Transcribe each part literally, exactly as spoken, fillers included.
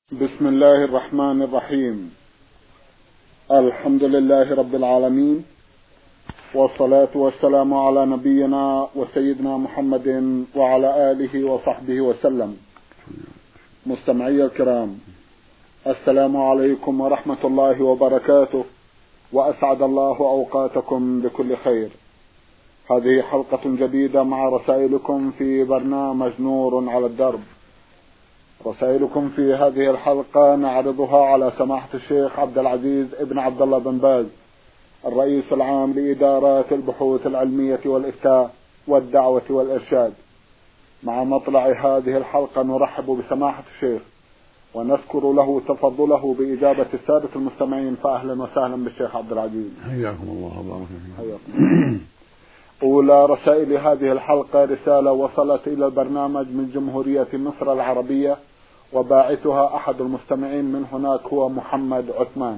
بسم الله الرحمن الرحيم. الحمد لله رب العالمين، والصلاة والسلام على نبينا وسيدنا محمد وعلى آله وصحبه وسلم. مستمعي الكرام، السلام عليكم ورحمة الله وبركاته، وأسعد الله أوقاتكم بكل خير. هذه حلقة جديدة مع رسائلكم في برنامج نور على الدرب. رسائلكم في هذه الحلقة نعرضها على سماحة الشيخ عبد العزيز ابن عبد الله بن باز، الرئيس العام لإدارات البحوث العلمية والإفتاء والدعوة والإرشاد. مع مطلع هذه الحلقة نرحب بسماحة الشيخ ونذكر له تفضله بإجابة السادة المستمعين، فأهلا وسهلا بالشيخ عبد العزيز. حياكم الله وبارك فيكم. أولى رسائل هذه الحلقة رسالة وصلت إلى البرنامج من جمهورية مصر العربية، وباعثها أحد المستمعين من هناك هو محمد عثمان.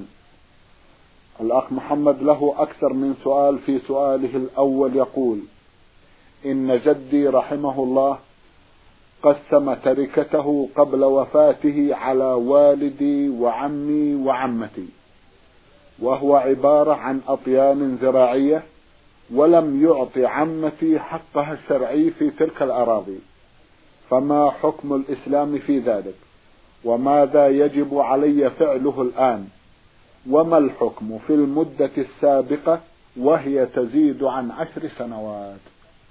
الأخ محمد له أكثر من سؤال. في سؤاله الأول يقول: إن جدي رحمه الله قسم تركته قبل وفاته على والدي وعمي وعمتي، وهو عبارة عن أطيان زراعية، ولم يعطي عمتي حقها الشرعي في تلك الأراضي، فما حكم الإسلام في ذلك؟ وماذا يجب علي فعله الآن؟ وما الحكم في المدة السابقة وهي تزيد عن عشر سنوات؟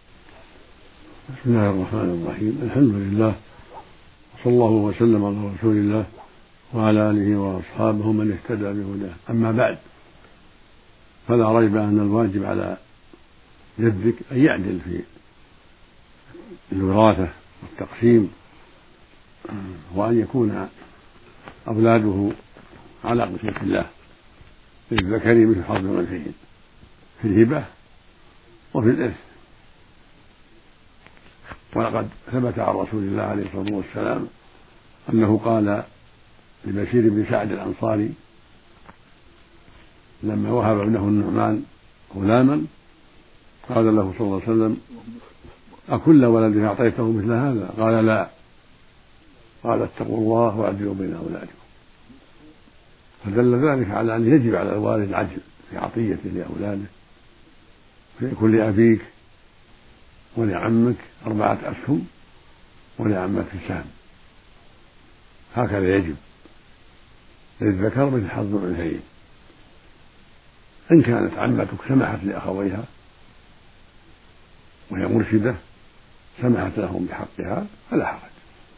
بسم الله الرحمن الرحيم. الحمد لله، وصلى الله وسلم على رسول الله وعلى آله وأصحابه من اهتدى بهداه. أما بعد، فلا ريب أن الواجب على جدك أن يعدل في الوراثة والتقسيم، وأن يكون أولاده على قسمة الله، للذكر مثل حظ الأنثيين في الهبة وفي الإرث. ولقد ثبت عن رسول الله عليه الصلاة والسلام أنه قال لبشير بن سعد الأنصاري لما وهب ابنه النعمان غلاما، قال له صلى الله عليه وسلم: أكل ولد أعطيته مثل هذا؟ قال: لا. قال: اتقوا الله واعدلوا بين أولادكم. فدل ذلك على أن يجب على الوالد العدل في عطيته لأولاده، فيكون لأبيك ولعمك أربعة أسهم ولعمتك سهم، هكذا يجب، للذكر مثل حظ الأنثيين. إن كانت عمتك سمحت لأخويها وهي مرشدة، سمحت لهم بحقها، فلا حرج،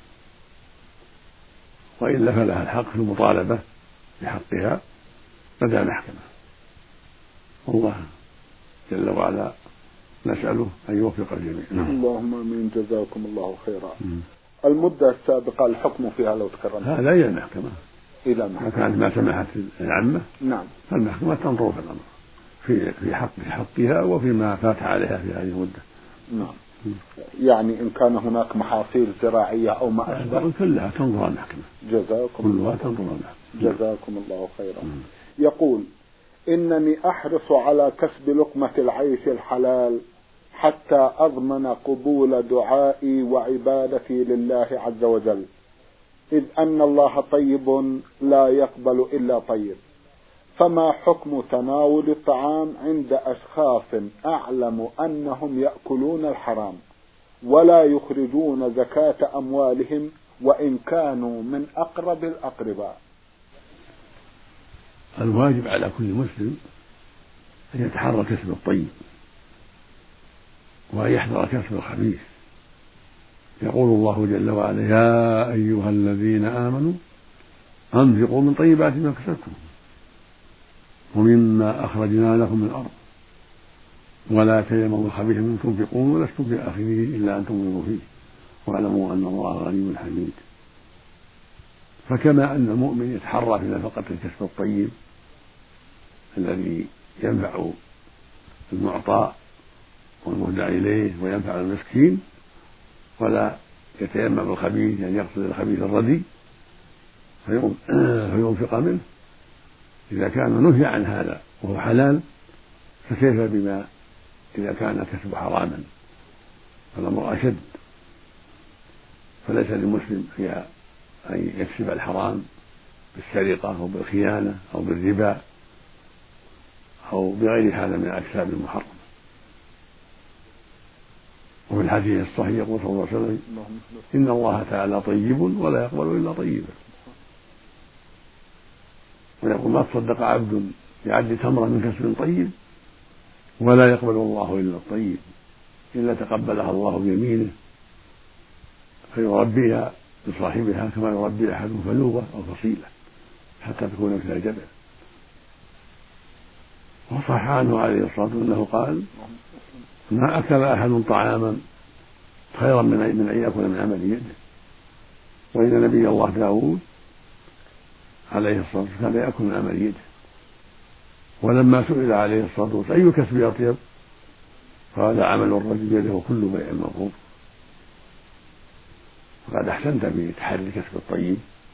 وإلا فلها الحق في المطالبة بحقها لدى المحكمة. والله جل وعلا نسأله أن يوفق الجميع. اللهم آمين. جزاكم الله خيرا. م. المدة السابقة الحكم فيها لو تكرمت؟ هذا إلى المحكمة. إلى المحكمة. كانت ما سمحت العمة، نعم، فالمحكمة تنظر في الأمر في في حق في حقها وفيما فات عليها في هذه المدة. نعم. م. يعني إن كان هناك محاصيل زراعية أو ما أشبه كلها تنظر المحكمة. جزاكم كلها الله تنظر المحكمة. جزاكم الله خيرا. م. يقول: إنني أحرص على كسب لقمة العيش الحلال حتى أضمن قبول دعائي وعبادتي لله عز وجل، إذ أن الله طيب لا يقبل إلا طيب. فما حكم تناول الطعام عند أشخاص أعلم أنهم يأكلون الحرام ولا يخرجون زكاة أموالهم وإن كانوا من أقرب الأقرباء؟ الواجب على كل مسلم أن يتحرى كسب الطيب وأن يحذر كسب الخبيث. يقول الله جل وعلا: يا أيها الذين آمنوا أنفقوا من طيبات ما كسبتم ومما أخرجنا لكم من الأرض ولا تيمموا الخبيث منه تنفقون ولستم بآخذيه إلا أن تغمضوا فيه واعلموا أن الله غني حميد. فكما أن المؤمن يتحرى في نفقة الكسب الطيب الذي ينفع المعطى والمهدى إليه وينفع المسكين، ولا يتيمم الخبيث، يعني يقصد الخبيث الردي فينفق منه، إذا كان نهي عن هذا وهو حلال، فكيف بما إذا كان كسب حراما؟ الأمر أشد. فليس للمسلم في أن يكسب الحرام بالسرقة أو بالخيانة أو بالربا أو بغير هذا من الأكساب المحرمة. وفي الحديث الصحيح يقول صلى الله عليه وسلم: إن الله تعالى طيب ولا يقبل إلا طيبا. ويقول: ما تصدق عبد بعد تمرة من كسب طيب ولا يقبل الله إلا الطيب إلا تقبلها الله بيمينه فيربيها لصاحبها كما يربي أحدهم فلوبة أو فصيلة حتى تكون مثل الجبل. وصح عنه عليه الصلاة والسلام أنه قال: ما أكل أحد طعاما خيرا من أن يأكل من عمل يده. وإن نبي الله داود عليه الصلاة والسلام كان يأكل من عمل يده. ولما سئل عليه الصلاة والسلام: أي كسب أطيب؟ قال: عمل الرجل بيده كل بيع مبرور. فقد أحسنت بتحري الكسب الطيب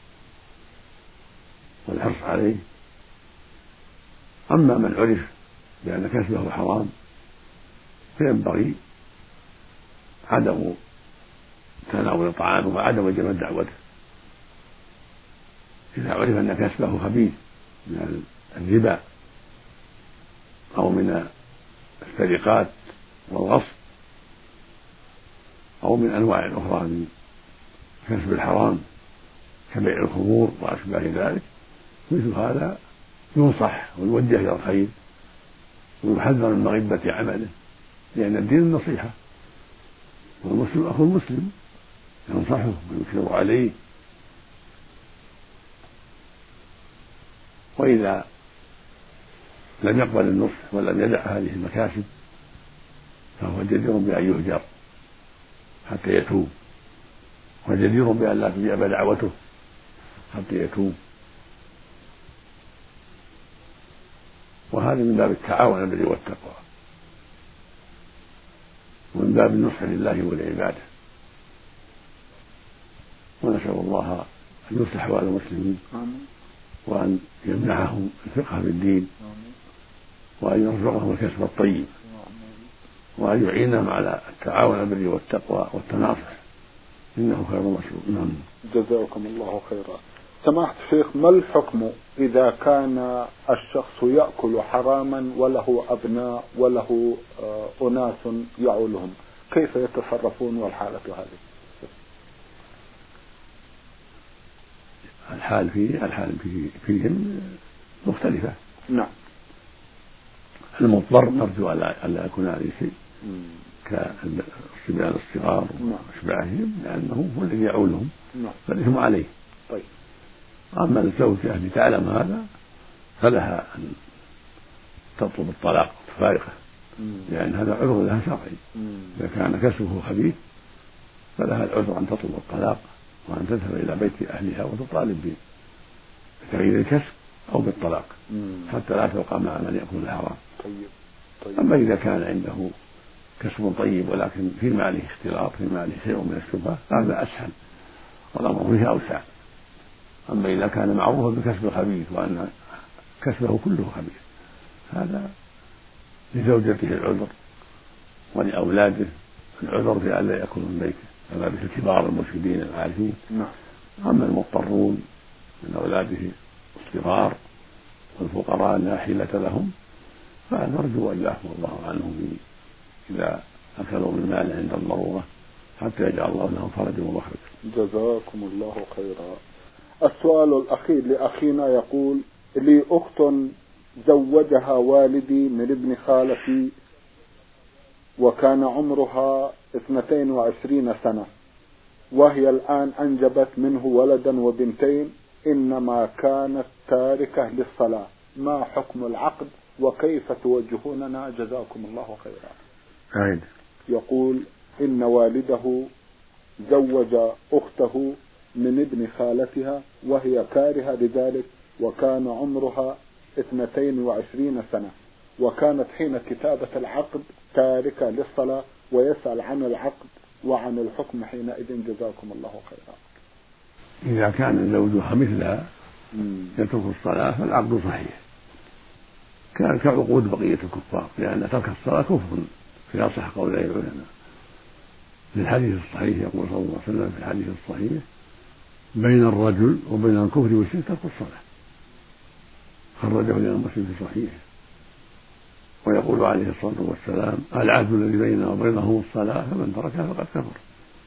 والحرص عليه. أما من عرف بأن كسبه حرام فينبغي عدم تناول طعامه وعدم إجابة دعوته. إذا عرف أن كسبه خبيث من الربا أو من السرقات والغصب أو من أنواع أخرى من كسب الحرام كبيع الخمور وأشباه ذلك، مثل هذا ينصح ويوجه إلى الخير ويحذر من مغبة عمله، لأن الدين النصيحة، والمسلم أخو المسلم ينصحه ويكثر عليه. وإذا لم يقبل النصح ولم يدع هذه المكاسب فهو جدير بأن يهجر حتى يتوب، وجدير بأن لا تجاب دعوته حتى يتوب. وهذا من باب التعاون على البر والتقوى ومن باب النصح لله ولعباده. ونسأل الله أن يصلح أحوال المسلمين وأن يمنحهم الفقه في الدين وأن يرزقهم الكسب الطيب وأن يعينهم على التعاون على البر والتقوى والتناصح، إنه خير مسؤول. نعم. جزاكم الله خيرا. سماحة الشيخ، ما الحكم إذا كان الشخص يأكل حراما وله أبناء وله أناس يعولهم، كيف يتصرفون والحالة هذه؟ الحال فيه الحال فيه فيهم مختلفة. نعم. المضطر نرجو ألا يكون عليه شيء كالصبيان الصغار وأشباههم لأنه هو الذي يعولهم فالإثم عليه. طيب. أما الزوجة التي تعلم هذا فلها أن تطلب الطلاق تفارقه، لأن هذا عذر لها شرعي. إذا كان كسبه خبيث فلها العذر أن تطلب الطلاق وأن تذهب إلى بيت أهلها وتطالب بتغيير الكسب أو بالطلاق حتى لا تبقى مع من يأكل الحرام. طيب. طيب. أما إذا كان عنده كسب طيب ولكن في ماله اختلاط، في ماله شيء من الشبهة، هذا أسهل والأمر فيه أوسع. أما إذا كان معروفا بكسب خبيث وأن كسبه كله خبيث، هذا لزوجته العذر ولأولاده العذر في أن لا يأكلوا من بيته، كما مثل الكبار المرشدين العارفين. أما المضطرون من أولاده الصغار والفقراء لا حيلة لهم فنرجو أن يعفو الله عنهم إذا أكلوا من مال عند الضرورة حتى يجعل الله لهم فرجا ومخرجا. جزاكم الله خيرا. السؤال الأخير لأخينا يقول: لي أخت زوجها والدي من ابن خالتي وكان عمرها اثنتين وعشرين سنة، وهي الآن أنجبت منه ولدا وبنتين، إنما كانت تاركة للصلاة، ما حكم العقد وكيف توجهوننا جزاكم الله خيرا؟ عيد. يقول: إن والده زوج أخته من ابن خالتها وهي كارهة لذلك، وكان عمرها اثنتين وعشرين سنة، وكانت حين كتابة العقد تاركة للصلاة، ويسأل عن العقد وعن الحكم حينئذ جزاكم الله خيرا. إذا كان زوجها مثلها يترك الصلاة فالعقد صحيح، كان كعقود بقية الكفار، لأن ترك الصلاة كفر في أصح قولي العلماء. في الحديث الصحيح يقول صلى الله عليه وسلم في الحديث الصحيح: بين الرجل وبين الكفر والشرك ترك الصلاة، خرجه الإمام مسلم في صحيحه. ويقول عليه الصلاة والسلام: العهد الذي بيننا وبينهم الصلاة فمن تركها فقد كفر،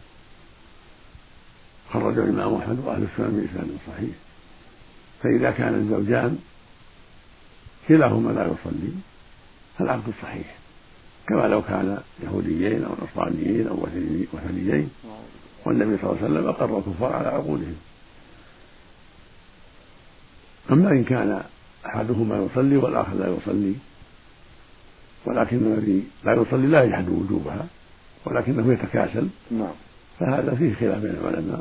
خرجه الإمام أحمد وأهل السنن بإسناد صحيح. فإذا كان الزوجان كلاهما لا يصلي فالعقد صحيح، كما لو كان يهوديين أو نصرانيين أو وثنيين، والنبي صلى الله عليه وسلم أقر الكفار على عقودهم. أما إن كان أحدهما يصلي والآخر لا يصلي، ولكن الذي لا يصلي لا يجحد وجوبها ولكنه يتكاسل، فهذا فيه خلاف بين العلماء،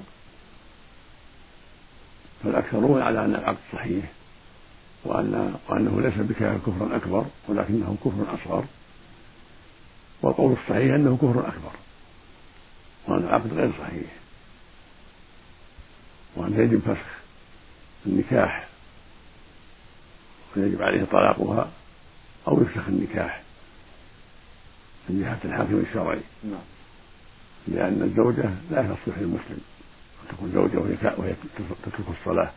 فالأكثرون على أن العقد صحيح وأن وأنه ليس بكافر كفرا أكبر ولكنه كفر أصغر، والقول الصحيح أنه كفر أكبر وأن العقد غير صحيح، وأن يجب فسخ النكاح ويجب عليه طلاقها أو يفسخ النكاح من جهة الحاكم الشرعي، لأن الزوجة لا تصلح للمسلم أن تكون زوجة وهي تترك الصلاة،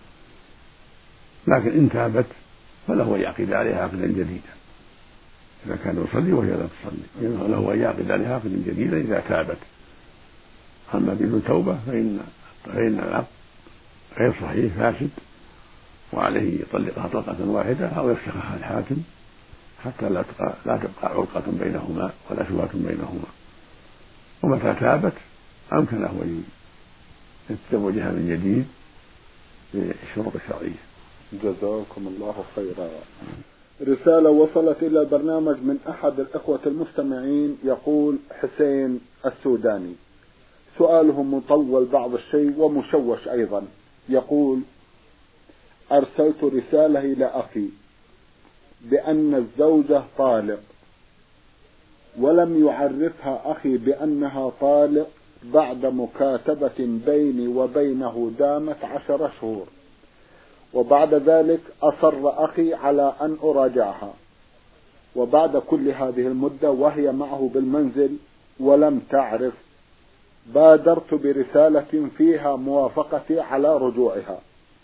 لكن إن تابت فله أن يعقد عليها عقدا جديدا إذا كان يصلي وهي لا تصلي، له أن يعقد عليها عقدا جديدا إذا تابت. أما بدون توبة فإن فإن العقد غير صحيح فاسد، وعليه يطلقها طلقة واحدة أو يفسخها الحاكم حتى لا تبقى لا تبقى علقة بينهما ولا شبهة بينهما. ومتى تابت أمكن له أن يتزوجها من جديد بالشروط الشرعية. جزاكم الله خيرا. رسالة وصلت إلى البرنامج من أحد الأخوة المستمعين، يقول حسين السوداني، سؤاله مطول بعض الشيء ومشوش أيضا. يقول: أرسلت رسالة إلى أخي بأن الزوجة طالق، ولم يعرفها أخي بأنها طالق بعد مكاتبة بيني وبينه دامت عشر شهور، وبعد ذلك أصر أخي على أن أراجعها، وبعد كل هذه المدة وهي معه بالمنزل ولم تعرف، بادرت برسالة فيها موافقتي على رجوعها،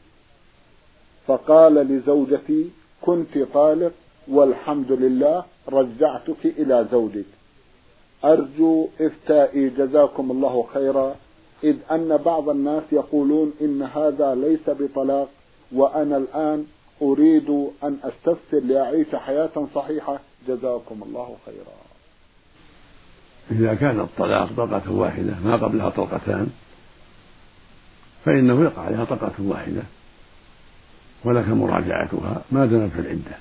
فقال لزوجتي: كنت طالق والحمد لله رجعتك إلى زوجك، أرجو إفتائي جزاكم الله خيرا، إذ أن بعض الناس يقولون إن هذا ليس بطلاق، وأنا الآن أريد أن أستفسر لأعيش حياة صحيحة، جزاكم الله خيرا. إذا كان الطلاق طلقة واحدة ما قبلها طلقتان فإنه يقع عليها طلقة واحدة ولك مراجعتها ما دامت في العدة،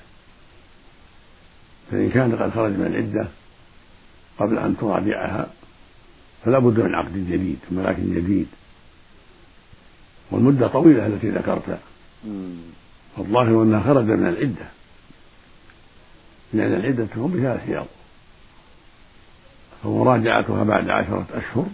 فإن كان قد خرج من العدة قبل أن تراجعها فلا بد من عقد جديد ولكن جديد، والمدة طويلة التي ذكرتها، فالظاهر أنها خرج من العدة، لأن العدة تكون بثلاث حيض، فمراجعتها بعد عشرة أشهر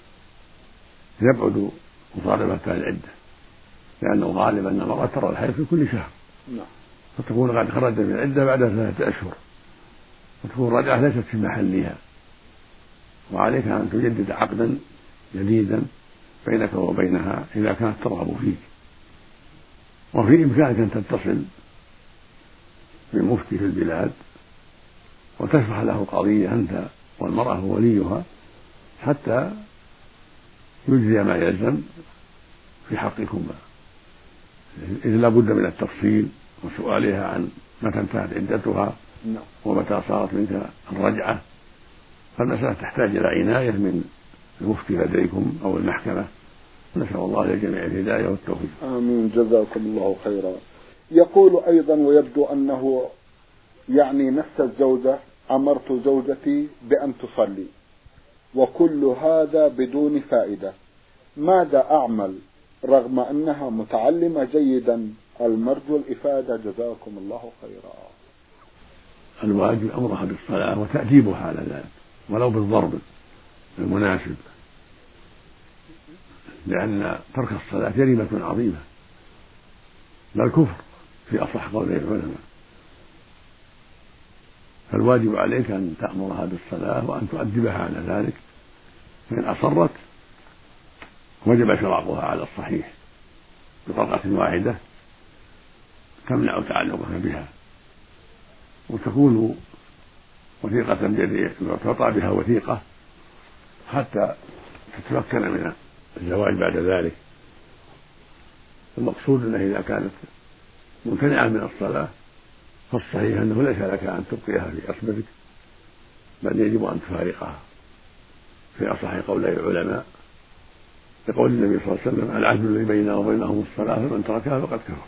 يبعد مطالبتها العدة، لأنه غالبا أن المرأة ترى الحيض في كل شهر، فتكون قد خرجت من العدة بعد ثلاثة أشهر، وتكون الرجعة ليست في محلها، وعليك أن تجدد عقدا جديدا بينك وبينها إذا كانت ترغب فيك. وفي إمكانك أن تتصل بالمفتي في البلاد وتشرح له القضية أنت والمرأة ووليها حتى يجزي ما يلزم في حقكما، إذ لا بد من التفصيل وسؤالها عن متى انتهت عدتها ومتى صارت منك الرجعة، فالمسألة تحتاج إلى عناية من المفتي لديكم أو المحكمة. نسأل الله للجميع الهداية والتوفيق. آمين، جزاكم الله خيرا. يقول أيضا، ويبدو أنه يعني نفس الزوجة: أمرت زوجتي بأن تصلي وكل هذا بدون فائدة، ماذا أعمل رغم أنها متعلمة جيدا؟ المرجو الإفادة، جزاكم الله خيرا. الواجب أمرها بالصلاة وتأديبها على ذلك ولو بالضرب المناسب، لأن ترك الصلاة جريمة عظيمة بل كفر في أصح قولي العلماء، فالواجب عليك أن تأمرها بالصلاة وأن تؤدبها على ذلك، فإن أصرت وجب شراقها على الصحيح بطلقة واحدة تمنع تعلقها بها، وتكون وثيقة بيد تعطى بها وثيقة حتى تتمكن من الزواج بعد ذلك. المقصود أنه إذا كانت ممتنعة من الصلاة فالصحيح أنه ليس لك أن تبقيها في عصمتك، بل يجب أن تفارقها في أصح قولي العلماء، لقول النبي صلى الله عليه وسلم: العهد الذي بيننا وبينهم الصلاة فمن تركها فقد كفر.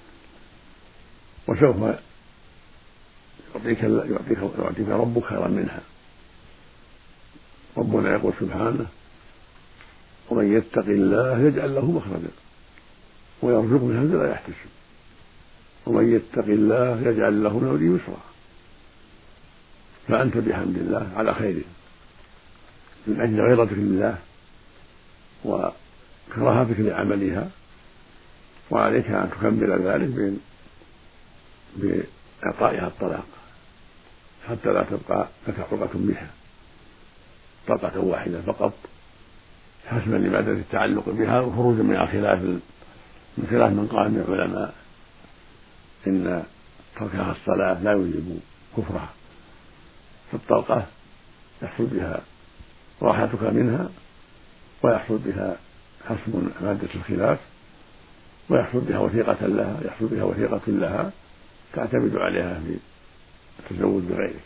وسوف يعطيك يعطيك يعطيك ربك خيرا منها. ربنا يقول سبحانه: ومن يتق الله يجعل له مخرجا ويرزقه من حيث لا يحتسب ومن يتق الله يجعل له من أمره يسرا. فأنت بحمد الله على خير من أجل غيرتك لله وكراهتك لعملها، وعليك أن تكمل ذلك بإعطائها الطلاق حتى لا تبقى لك عقبة بها، طلقة واحدة فقط حسما لمادة التعلق بها، وخروجا من الخلاف من خلاف من قال من العلماء إن تركها الصلاة لا يوجب كفرها. فالطلقة يحصل بها راحتك منها، ويحصل بها حسم مادة الخلاف، ويحصل بها وثيقة لها يحصل بها وثيقة لها تعتمد عليها في التزوج بغيره.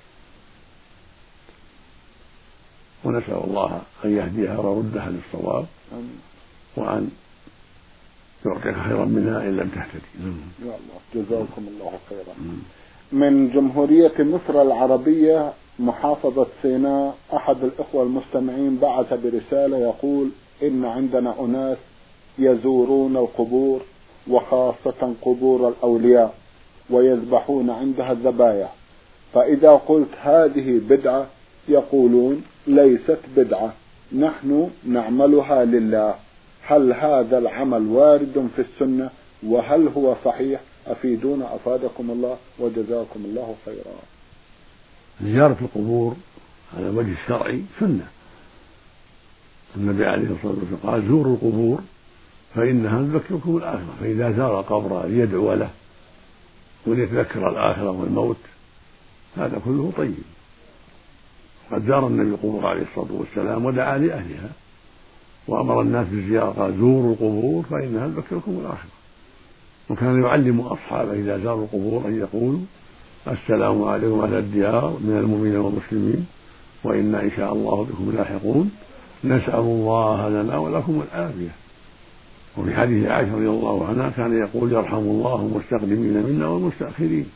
ونسأل الله أن يهديها ويردها للصواب، وأن يعطيك خيرا منها إن لم تهتدي. يا الله، جزاكم الله خيرا. من جمهورية مصر العربية محافظة سيناء، أحد الإخوة المستمعين بعث برسالة يقول: إن عندنا أناس يزورون القبور وخاصة قبور الأولياء ويذبحون عندها الذبايح، فإذا قلت هذه بدعة يقولون ليست بدعة، نحن نعملها لله. هل هذا العمل وارد في السنة؟ وهل هو صحيح؟ أفيدونا أفادكم الله وجزاكم الله خيرا. زيارة القبور على الوجه الشرعي سنة. النبي عليه الصلاة والسلام قال: زوروا القبور فإنها تذكركم الآخرة. فإذا زار القبر ليدعو له وليتذكر الآخرة والموت هذا كله طيب. قد زار النبي القبور عليه الصلاة والسلام ودعا لأهلها وأمر الناس بالزيارة، قال: زوروا القبور فإنها تذكركم الآخرة. وكان يعلم أصحابه إذا زاروا القبور أن يقولوا: السلام عليكم أهل الديار من المؤمنين والمسلمين وإنا إن شاء الله بكم لاحقون، نسأل الله لنا ولكم العافية. وفي حديث عائشة رضي الله عنها كان يقول: يرحم الله المستقدمين منا والمستأخرين.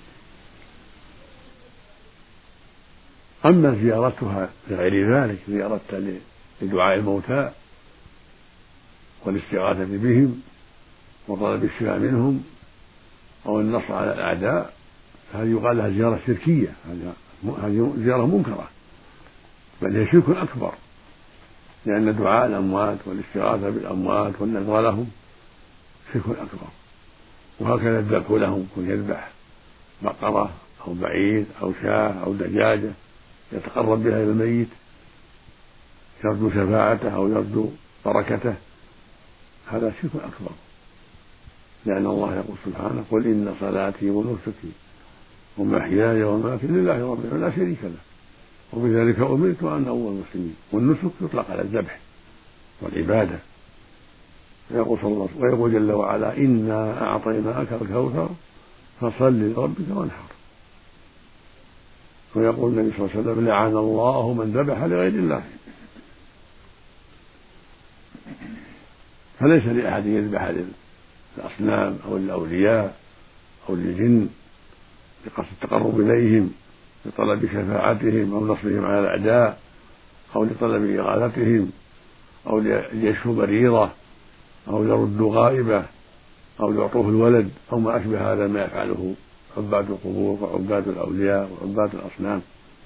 أما زيارتها لغير ذلك، زيارتها لدعاء الموتى والاستغاثة بهم وطلب الشفاء منهم أو النصر على الأعداء، هذه يقال لها زيارة شركية، هذه زيارة منكرة، بل هي شرك أكبر، لأن دعاء الأموات والاستغاثة بالأموات والنذر لهم شرك أكبر. وهكذا الذبح لهم، كن يذبح بقرة أو بعير أو شاة أو دجاجة يتقرب بها إلى الميت يرجو شفاعته أو يرجو بركته، هذا شرك أكبر، لأن الله يقول سبحانه: قل إن صلاتي ونسكي ومحياي ومماتي لله رب العالمين لا شريك له وبذلك أمرت وأنا أول المسلمين. والنسك يطلق على الذبح والعبادة. ويقول صلى الله عليه وسلم ويقول جل وعلا: إنا أعطيناك الكوثر فصل لربك وانحر. ويقول النبي صلى الله عليه وسلم: لعن الله من ذبح لغير الله. فليس لأحد يذبح للأصنام أو للأولياء أو للجن بقصد التقرب إليهم لطلب شفاعتهم أو نصرهم على الأعداء أو لطلب إغاثتهم أو ليشفوا مريضة أو ليردوا غائبة أو ليعطوه الولد أو ما أشبه هذا ما يفعله عباد القبور وعباد الأولياء وعباد الأصنام.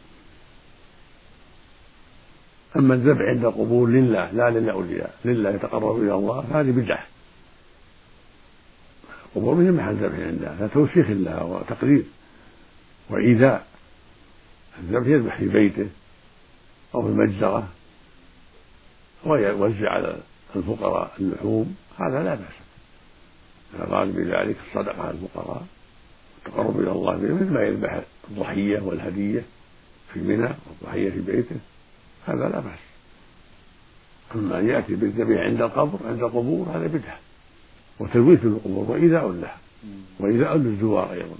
أما الذبح عند القبور لله لا للأولياء، لله يتقرب إلى الله، هذه بدعة. القبور هي محل ذبح عندها، فتوسيخ لها وتقريب وإيذاء. الذبح يذبح في بيته أو في المجزرة ويوزع على الفقراء اللحوم هذا لا بأس، إذا أراد بذلك الصدقة على الفقراء التقرب إلى الله به، مثل ما يذبح الضحية والهدية في منى والضحية في بيته، هذا لا بأس. أما أن يأتي بالذبيحة عند القبر عند القبور هذا بدعة وتلويث للقبور وإيذاء لها وإيذاء للزوار أيضا.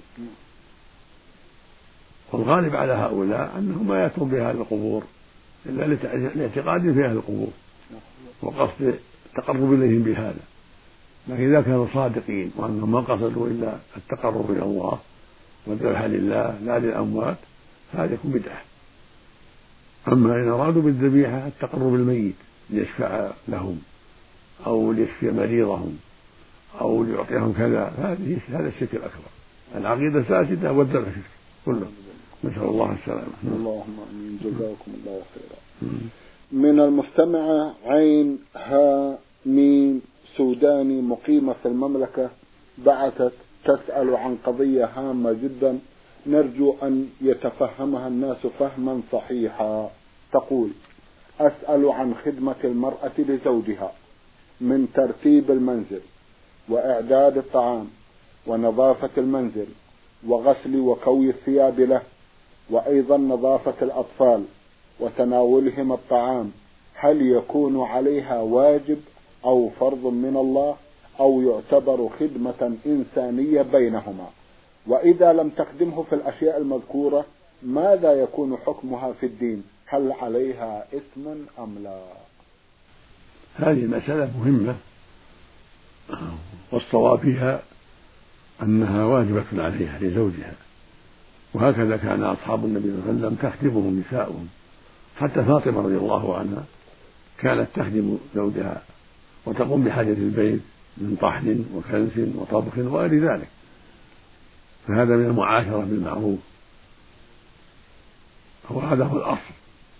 والغالب على هؤلاء أنهم ما يأتون بهذه القبور إلا لاعتقاد في أهل القبور وقصد التقرب إليهم بهذا، لكن إذا كانوا صادقين وأنهم ما قصدوا إلا التقرب إلى الله والذبح لله لا للأموات هذا يكون بدعة. أما إن أرادوا بالذبيحة التقرب الميت ليشفع لهم أو ليشفي مريضهم أو ليعطيهم كذا، هذه هذا الشرك الأكبر، العقيدة فاسدة والذبح شرك كله، نسأل الله السلامة. اللهم آمين، جزاكم الله خيرا. من المستمعة عين ها ميم سوداني مقيمة في المملكة بعثت تسأل عن قضية هامة جدا نرجو أن يتفهمها الناس فهما صحيحا. تقول: أسأل عن خدمة المرأة لزوجها من ترتيب المنزل وإعداد الطعام ونظافة المنزل وغسل وكوي الثياب له، وأيضا نظافة الأطفال وتناولهم الطعام، هل يكون عليها واجب أو فرض من الله أو يعتبر خدمة إنسانية بينهما؟ وإذا لم تخدمه في الأشياء المذكورة ماذا يكون حكمها في الدين؟ هل عليها إثم أم لا؟ هذه مسألة مهمة، والصواب فيها أنها واجبة عليها لزوجها، وهكذا كان أصحاب النبي صلى الله عليه وسلم تخدمهم نساؤهم، حتى فاطمة رضي الله عنها كانت تخدم زوجها وتقوم بحاجة البيت من طحن وكنس وطبخ وغير ذلك، فهذا من المعاشرة بالمعروف، وهذا هو الأصل،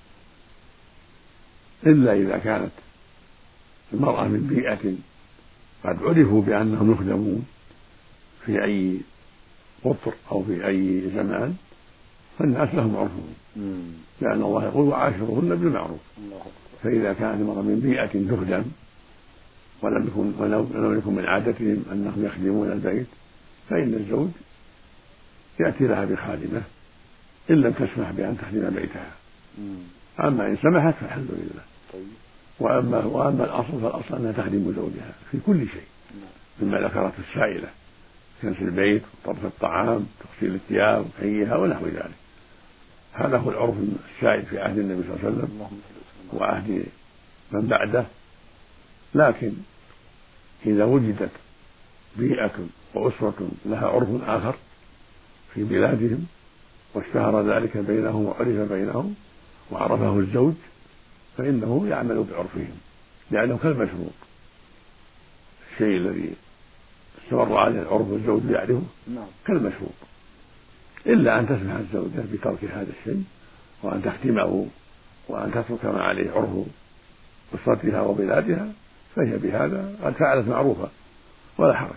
إلا إذا كانت المرأة من بيئة قد عرفوا بأنهم يخدمون في أي قطر أو في أي زمان فالناس لهم عرفهم، لأن الله يقول: وعاشرهن بالمعروف. فإذا كانت المرأة من بيئة تخدم ولم يكن ولم يكن من عادتهم أنهم يخدمون البيت فإن الزوج يأتي لها بخادمة إن لم تسمح بأن تخدم بيتها. أما إن سمحت فالحمد لله. وأما, وأما الأصل فالأصل أنها تخدم زوجها في كل شيء مما ذكرت السائلة: كنس البيت وطبخ الطعام تغسيل الثياب وكيها ونحو ذلك. هذا هو العرف السائد في عهد النبي صلى الله عليه وسلم وعهد من بعده. لكن إذا وجدت بيئة وأسرة لها عرف آخر في بلادهم واشتهر ذلك بينهم وعرف بينهم وعرفه الزوج فإنه يعمل بعرفهم، لأنه كالمشروط، الشيء الذي استمر عليه العرف والزوج يعرفه كالمشروط، إلا أن تسمح الزوجة بترك هذا الشيء وأن تختمه وأن تترك ما عليه عرف أسرتها وبلادها، فهي بهذا قد فعلت معروفا ولا حرج.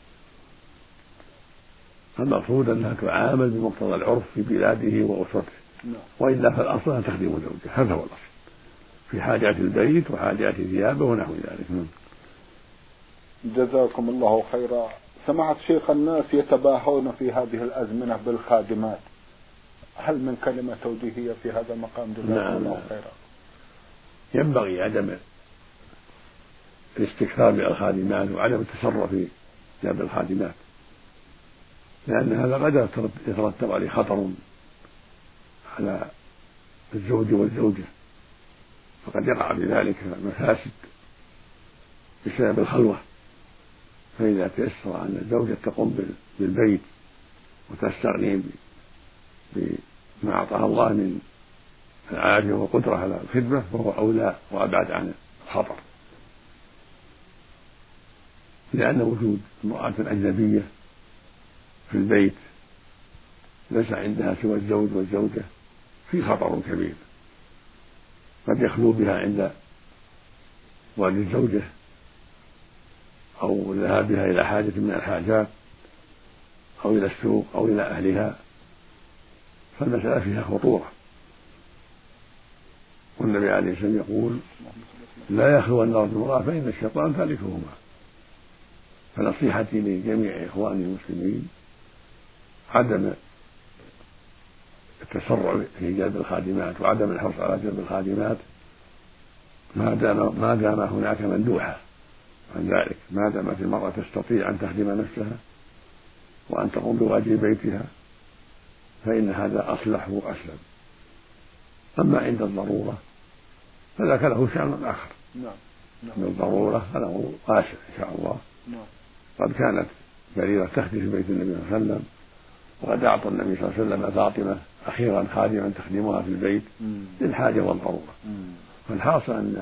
المقصود أنها تعامل بمقتضى العرف في بلاده وأسرته، وإلا فالأصل أن تخدم زوجها، هذا هو الأصل في حاجات البيت وحاجات ثيابه ونحو ذلك. جزاكم الله خيرا. سمعت شيخ الناس يتباهون في هذه الأزمنة بالخادمات، هل من كلمة توجيهية في هذا المقام؟ جزاكم نعم. الله خيرا. ينبغي عدم الاستكثار بالخادمات وعدم التصرف في جلب الخادمات، لأن هذا قد يترتب عليه خطر على الزوج والزوجة، فقد يقع بذلك مفاسد بسبب الخلوة. فإذا تيسر أن الزوجة تقوم بالبيت وتستغني بما أعطاها الله من العافية والقدرة على الخدمة فهو أولى وأبعد عن الخطر، لأن وجود امرأة أجنبية في البيت ليس عندها سوى الزوج والزوجة في خطر كبير، قد يخلو بها عند والد الزوجة أو ذهابها إلى حاجة من الحاجات أو إلى السوق أو إلى أهلها، فالمسألة فيها خطورة. والنبي عليه الصلاة والسلام يقول: لا يخلون رجل امرأة فإن الشيطان ثالثهما. فنصيحتي لجميع إخواني المسلمين عدم التسرع في جلب الخادمات وعدم الحرص على جلب الخادمات ما دام ما دام هناك مندوحة عن ذلك، ما دامت المرأة تستطيع أن تخدم نفسها وأن تقوم بواجب بيتها فإن هذا أصلح وأسلم. أما عند الضرورة فذاك له شأن آخر. نعم. من الضرورة له واسع إن شاء الله. نعم. قد كانت بريرة تخدم في بيت النبي صلى الله عليه وسلم، وقد أعطى النبي صلى الله عليه وسلم فاطمة أخيرا خادما تخدمها في البيت للحاجة والضرورة. فالحاصل أن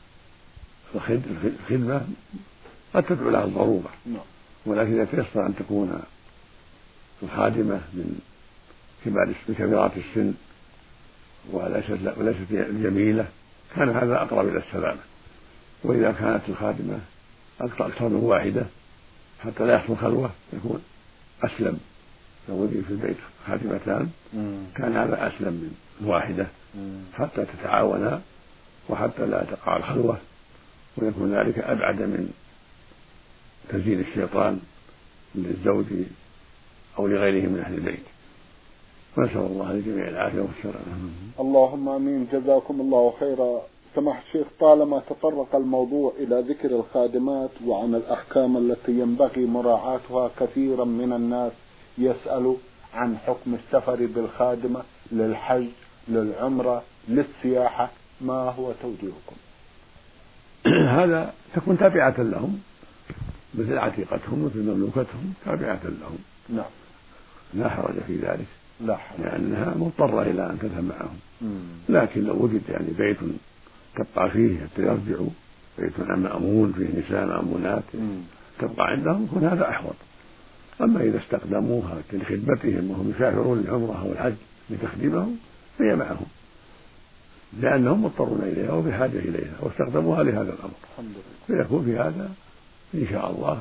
الخدمة قد تدعو لها الضرورة، ولكن إذا تيسر أن تكون الخادمة من كبار كبيرات السن وليست وليست جميلة كان هذا أقرب إلى السلامة. وإذا كانت الخادمة أكثر من واحدة حتى لا يحصل خلوة يكون أسلم. لو وجد في البيت خادمتان كان هذا أسلم من واحدة حتى تتعاونا وحتى لا تقع الخلوة، ويكون ذلك أبعد من تزيين الشيطان للزوج أو لغيره من أهل البيت. ونسأل الله لجميع العافية والسلامة. اللهم آمين. جزاكم الله خيرا. سماحة الشيخ، طالما تطرق الموضوع إلى ذكر الخادمات وعن الأحكام التي ينبغي مراعاتها، كثيرا من الناس يسأل عن حكم السفر بالخادمة للحج، للعمرة، للسياحة، ما هو توجيهكم؟ هذا تكون تابعة لهم مثل عتيقتهم مثل مملوكتهم، تابعة لهم. نعم. لا حرج في ذلك، لا حرج، لأنها مضطرة إلى أن تذهب معهم. لكن لو وجد يعني بيت تبقى فيه حتى يرجعوا، بيت مأمون فيه نساء مأمونات تبقى عندهم، يكون هذا أحوط. أما إذا استخدموها لخدمتهم وهم يسافرون للعمرة أو الحج لتخدمهم فهي معهم، لأنهم مضطرون إليها وبحاجة إليها واستخدموها لهذا الأمر، فيكون في هذا إن شاء الله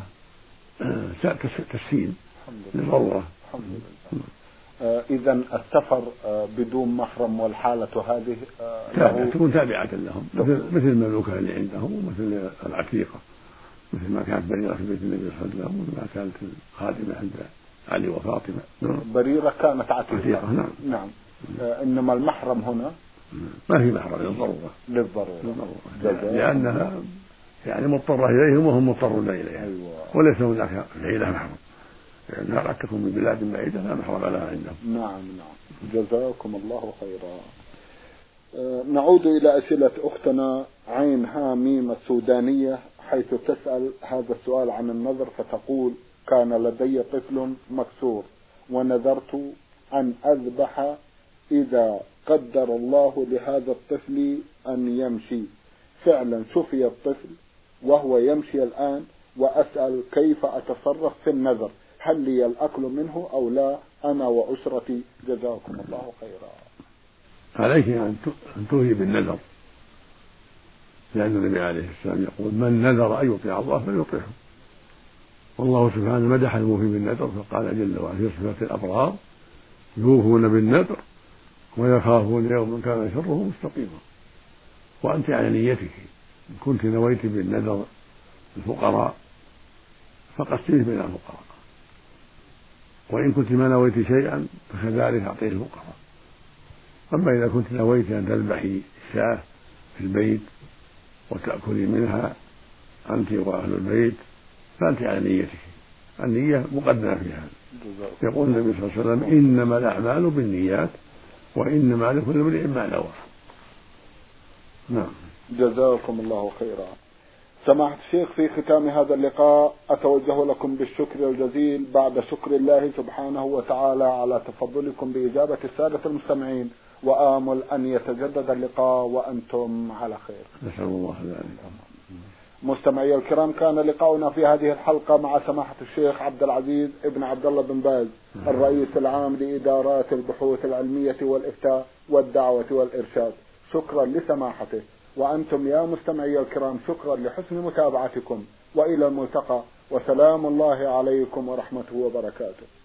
تسهيل للضرورة. الحمد لله. آه إذا السفر آه بدون محرم والحالة هذه آه تكون تابعة لهم مثل المملوكة اللي عندهم ومثل العتيقة، مثل ما كانت بريرة في بيت النبي صلى الله عليه وسلم وما كانت الخادمة عند علي وفاطمة. بريرة كانت عتيقة. عتيقة. نعم. نعم. آه إنما المحرم هنا ما في محرم للضرورة. للضرورة. للضرورة. لأنها يعني مضطرة إليهم وهم مضطرون إليها. أيوة. وليس هناك ليلة محرم، لأنها قد تكون من بلاد بعيدة لا محرم لها عندهم. نعم نعم. جزاكم الله خيرا. أه نعود إلى أسئلة أختنا عين ها ميم السودانية، حيث تسأل هذا السؤال عن النذر، فتقول: كان لدي طفل مكسور ونذرت أن أذبح إذا قدر الله لهذا الطفل أن يمشي. فعلا شفي الطفل وهو يمشي الآن، وأسأل كيف أتصرف في النذر، هل لي الأكل منه أو لا أنا وأسرتي؟ جزاكم الله خيرا. عليك أن توفي بالنذر، لأن النبي عليه السلام يقول: من نذر أن يطيع الله فليطيعه. والله سبحانه مدح الموفي بالنذر فقال جل وعلا في صفة الأبرار: يوفون بالنذر ويخافون يوما كان شره مستقيما. وأنت على نيتك، إن كنت نويت بالنذر الفقراء فقسمه بين الفقراء، وإن كنت ما نويت شيئا فكذلك أعطيه الفقراء. أما إذا كنت نويت أن تذبحي الشاة في البيت وتأكلي منها أنت وأهل البيت فأنت على نيتك، النية مقدمة في هذا. يقول النبي صلى الله عليه وسلم: إنما الأعمال بالنيات وإنما لكل امرئ ما نوى. نعم. جزاكم الله خيرا. سماحة الشيخ، في ختام هذا اللقاء أتوجه لكم بالشكر الجزيل بعد شكر الله سبحانه وتعالى على تفضلكم بإجابة السادة المستمعين، وآمل أن يتجدد اللقاء وأنتم على خير. نسأل الله ذلك. مستمعي الكرام، كان لقاؤنا في هذه الحلقة مع سماحة الشيخ عبد العزيز ابن عبد الله بن باز، الرئيس العام لإدارات البحوث العلمية والإفتاء والدعوة والإرشاد. شكرا لسماحته، وأنتم يا مستمعي الكرام شكرا لحسن متابعتكم، وإلى الملتقى، وسلام الله عليكم ورحمته وبركاته.